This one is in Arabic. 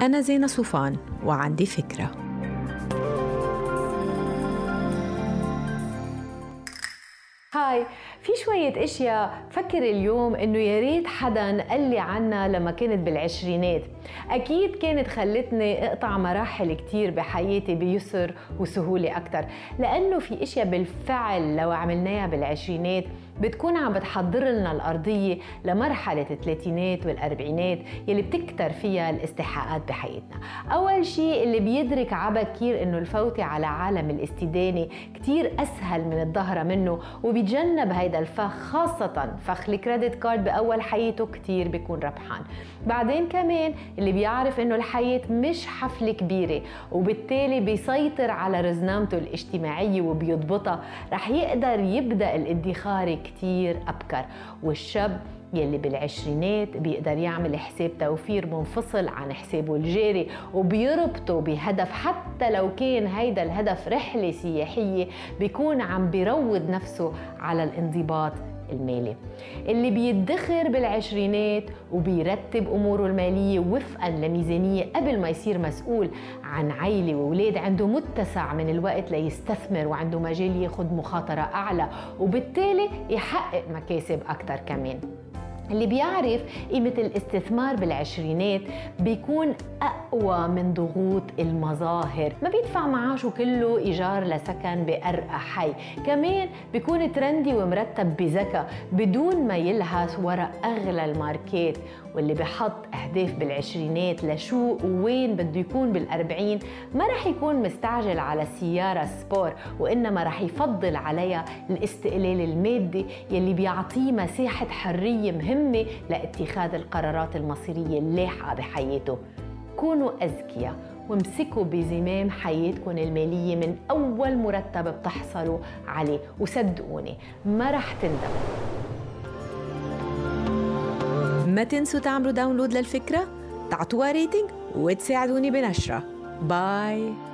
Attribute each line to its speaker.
Speaker 1: أنا زينة صوفان وعندي فكرة.
Speaker 2: هاي، في شوية اشياء فكر اليوم انه يا ريت حدا قال لي عنها لما كنت بالعشرينات. اكيد كانت خلتني اقطع مراحل كتير بحياتي بيسر وسهولة اكتر، لانه في اشياء بالفعل لو عملناها بالعشرينات بتكون عم بتحضر لنا الأرضية لمرحلة الثلاثينات والأربعينات يلي بتكتر فيها الاستحقاقات بحياتنا. أول شيء اللي بيدرك عبكير إنه الفوتة على عالم الاستدانة كتير أسهل من الظهر منه، وبيتجنب هيدا الفخ، خاصة فخ الكريدت كارد بأول حياته كتير بيكون ربحان. بعدين كمان اللي بيعرف إنه الحياة مش حفلة كبيرة وبالتالي بيسيطر على رزنامته الاجتماعية وبيضبطها، رح يقدر يبدأ الادخار كتير أبكر. والشاب يلي بالعشرينات بيقدر يعمل حساب توفير منفصل عن حسابه الجاري وبيربطه بهدف، حتى لو كان هيدا الهدف رحلة سياحية، بيكون عم بيروض نفسه على الانضباط المالي. اللي بيدخر بالعشرينات وبيرتب أموره المالية وفقاً لميزانية قبل ما يصير مسؤول عن عائلة وولاد، عنده متسع من الوقت ليستثمر وعنده مجال ياخد مخاطرة أعلى وبالتالي يحقق مكاسب أكتر كمان. اللي بيعرف قيمة الاستثمار بالعشرينات بيكون أقوى من ضغوط المظاهر، ما بيدفع معاشه كله إيجار لسكن بأرقى حي، كمان بيكون ترندي ومرتب بذكاء بدون ما يلهث وراء أغلى الماركات. واللي بيحط أهداف بالعشرينات لشو وين بده يكون بالأربعين ما رح يكون مستعجل على السيارة سبور، وإنما رح يفضل عليها الاستقلال المادي يلي بيعطيه مساحة حرية مهمة لاتخاذ القرارات المصيرية اللاحقة بحياته. كونوا أذكياء وامسكوا بزمام حياتكم المالية من أول مرتب بتحصلوا عليه، وصدقوني ما رح تندموا.
Speaker 1: ما تنسوا تعملوا داونلود للفكرة، تعطوها ريتنج وتساعدوني بنشرة. باي.